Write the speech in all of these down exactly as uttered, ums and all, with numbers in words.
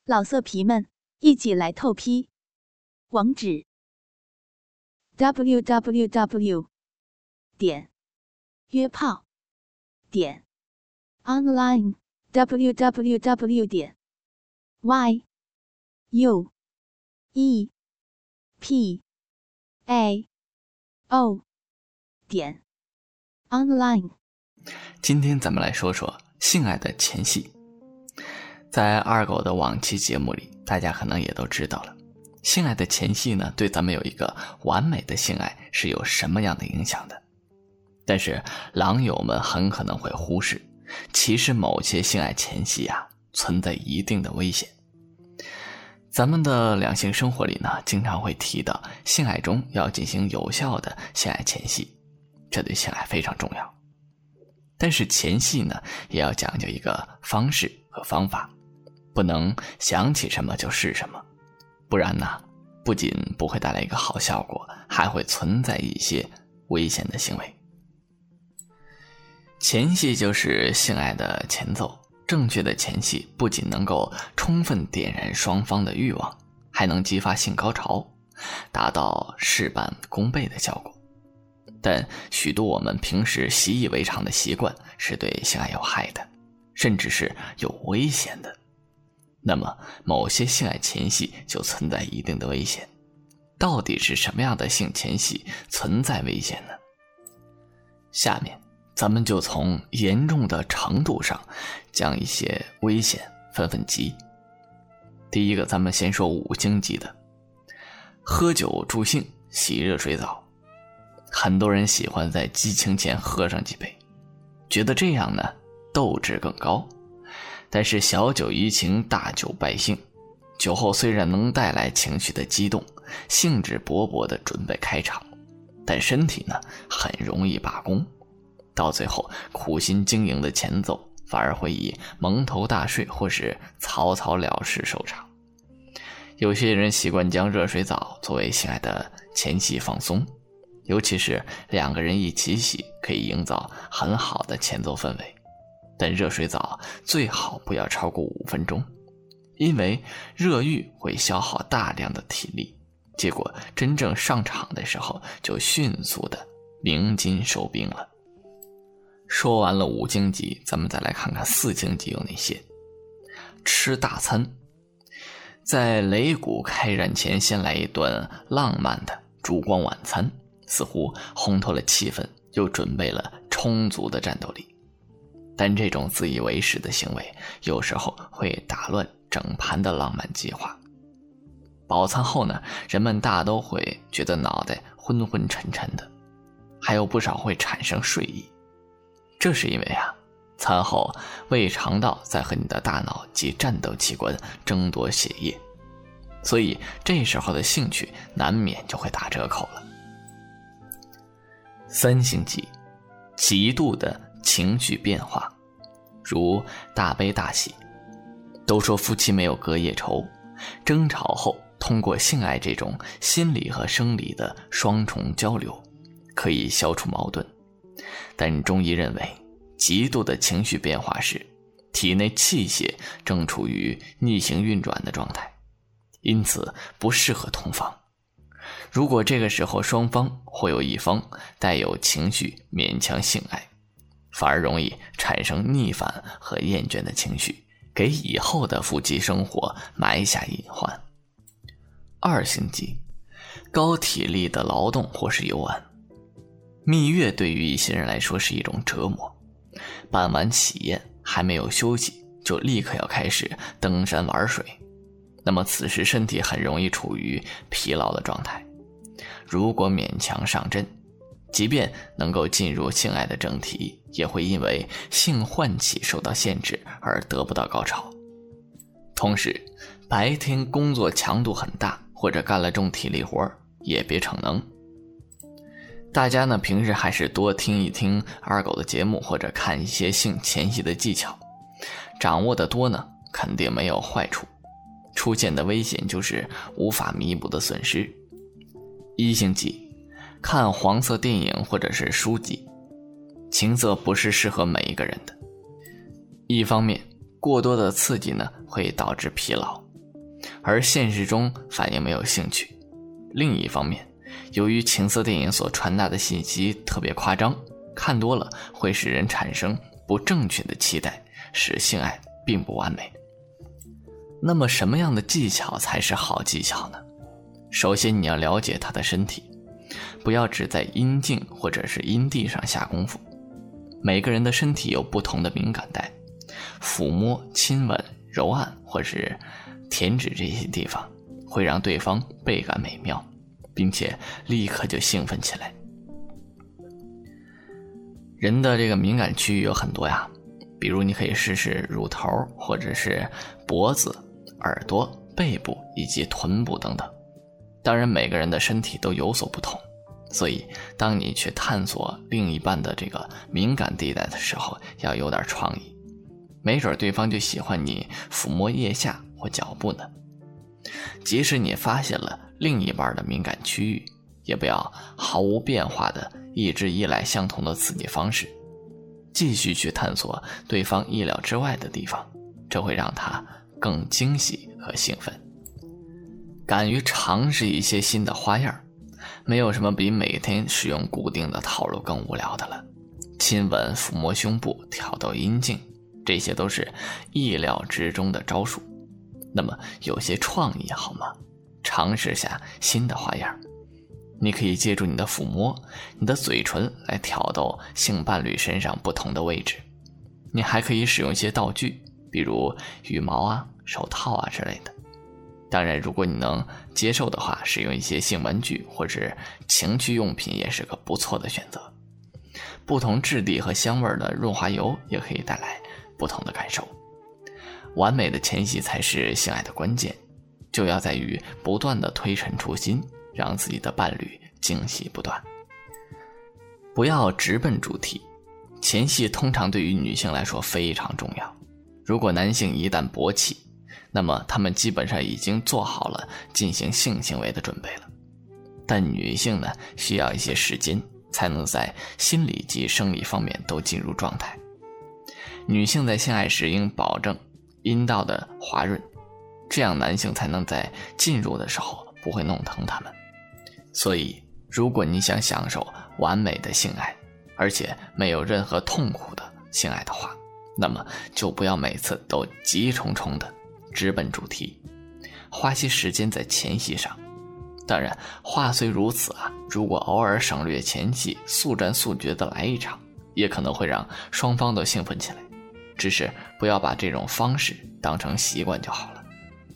老色皮们，一起来透批！网址 ：double u double u double u 点约炮点 online double u double u double u 点 y u e p a o 点 online。 今天咱们来说说性爱的前戏。在二狗的往期节目里，大家可能也都知道了，性爱的前戏呢，对咱们有一个完美的性爱是有什么样的影响的。但是狼友们很可能会忽视，其实某些性爱前戏啊，存在一定的危险。咱们的两性生活里呢，经常会提到性爱中要进行有效的性爱前戏，这对性爱非常重要。但是前戏呢，也要讲究一个方式和方法，不能想起什么就是什么，不然呢，不仅不会带来一个好效果，还会存在一些危险的行为。前戏就是性爱的前奏，正确的前戏不仅能够充分点燃双方的欲望，还能激发性高潮，达到事半功倍的效果。但许多我们平时习以为常的习惯是对性爱有害的，甚至是有危险的。那么某些性爱前戏就存在一定的危险。到底是什么样的性前戏存在危险呢？下面咱们就从严重的程度上将一些危险分分级。第一个，咱们先说五星级的。喝酒助兴，洗热水澡。很多人喜欢在激情前喝上几杯，觉得这样呢斗志更高。但是小酒怡情，大酒败兴。酒后虽然能带来情绪的激动，兴致勃勃地准备开场，但身体呢很容易罢工，到最后苦心经营的前奏反而会以蒙头大睡或是草草了事收场。有些人习惯将热水澡作为性爱的前戏放松，尤其是两个人一起洗，可以营造很好的前奏氛围。但热水澡最好不要超过五分钟，因为热浴会消耗大量的体力，结果真正上场的时候就迅速的鸣金收兵了。说完了五星级，咱们再来看看四星级有哪些。吃大餐，在擂鼓开战前先来一顿浪漫的烛光晚餐，似乎烘托了气氛，又准备了充足的战斗力。但这种自以为是的行为有时候会打乱整盘的浪漫计划。饱餐后呢，人们大都会觉得脑袋昏昏沉沉的，还有不少会产生睡意。这是因为啊，餐后胃肠道在和你的大脑及战斗器官争夺血液，所以这时候的兴趣难免就会打折扣了。三星级，极度的情绪变化，如大悲大喜。都说夫妻没有隔夜仇，争吵后通过性爱这种心理和生理的双重交流可以消除矛盾。但中医认为，极度的情绪变化时，体内气血正处于逆行运转的状态，因此不适合同房。如果这个时候双方或有一方带有情绪勉强性爱，反而容易产生逆反和厌倦的情绪，给以后的夫妻生活埋下隐患。二星级，高体力的劳动或是游玩。蜜月对于一些人来说是一种折磨，办完喜宴还没有休息，就立刻要开始登山玩水，那么此时身体很容易处于疲劳的状态。如果勉强上阵，即便能够进入性爱的正题，也会因为性唤起受到限制而得不到高潮。同时白天工作强度很大，或者干了重体力活，也别逞能。大家呢平时还是多听一听二狗的节目，或者看一些性前戏的技巧，掌握的多呢肯定没有坏处，出现的危险就是无法弥补的损失。一星级，看黄色电影或者是书籍。情色不是适合每一个人的，一方面过多的刺激呢会导致疲劳， 而现实中反应没有兴趣。另一方面，由于情色电影所传达的信息特别夸张，看多了会使人产生不正确的期待，使性爱并不完美。那么什么样的技巧才是好技巧呢？首先你要了解他的身体，不要只在阴茎或者是阴蒂上下功夫。每个人的身体有不同的敏感带，抚摸、亲吻、揉按或是舔指这些地方会让对方倍感美妙，并且立刻就兴奋起来。人的这个敏感区域有很多呀，比如你可以试试乳头或者是脖子、耳朵、背部以及臀部等等。当然每个人的身体都有所不同，所以当你去探索另一半的这个敏感地带的时候要有点创意，没准对方就喜欢你抚摸腋下或脚部呢。即使你发现了另一半的敏感区域，也不要毫无变化的一直依赖相同的刺激方式，继续去探索对方意料之外的地方，这会让他更惊喜和兴奋。敢于尝试一些新的花样，没有什么比每天使用固定的套路更无聊的了。亲吻、抚摸胸部、挑逗阴茎，这些都是意料之中的招数。那么有些创意好吗？尝试下新的花样。你可以借助你的抚摸、你的嘴唇来挑逗性伴侣身上不同的位置。你还可以使用一些道具，比如羽毛啊、手套啊之类的。当然如果你能接受的话，使用一些性玩具或者情趣用品也是个不错的选择。不同质地和香味的润滑油也可以带来不同的感受。完美的前戏才是性爱的关键，就要在于不断的推陈出新，让自己的伴侣惊喜不断。不要直奔主题，前戏通常对于女性来说非常重要。如果男性一旦勃起，那么他们基本上已经做好了进行性行为的准备了。但女性呢，需要一些时间才能在心理及生理方面都进入状态。女性在性爱时应保证阴道的滑润，这样男性才能在进入的时候不会弄疼他们。所以如果你想享受完美的性爱，而且没有任何痛苦的性爱的话，那么就不要每次都急冲冲的直奔主题，花些时间在前戏上。当然话虽如此啊，如果偶尔省略前戏，速战速决的来一场，也可能会让双方都兴奋起来，只是不要把这种方式当成习惯就好了。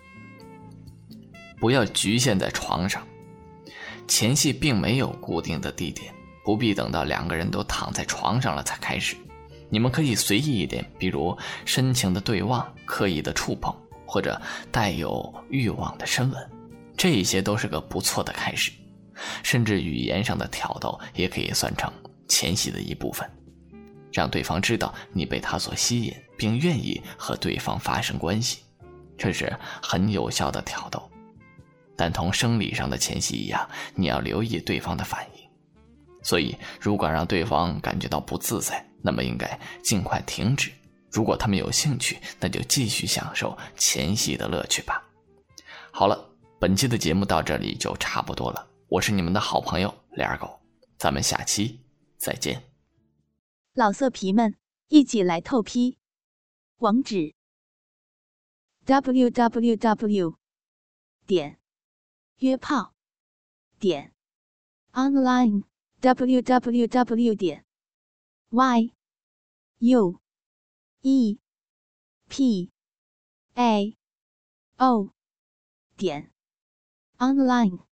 不要局限在床上，前戏并没有固定的地点，不必等到两个人都躺在床上了才开始。你们可以随意一点，比如深情的对望、刻意的触碰，或者带有欲望的深吻，这些都是个不错的开始。甚至语言上的挑逗也可以算成前戏的一部分，让对方知道你被他所吸引，并愿意和对方发生关系，这是很有效的挑逗。但同生理上的前戏一样，你要留意对方的反应。所以如果让对方感觉到不自在，那么应该尽快停止。如果他们有兴趣，那就继续享受前戏的乐趣吧。好了，本期的节目到这里就差不多了。我是你们的好朋友脸狗，咱们下期再见。 老色皮们，一起来透批！网址 double-u double-u double-u 点约炮点 online double-u double-u double-u 点 y u e p a o 点 online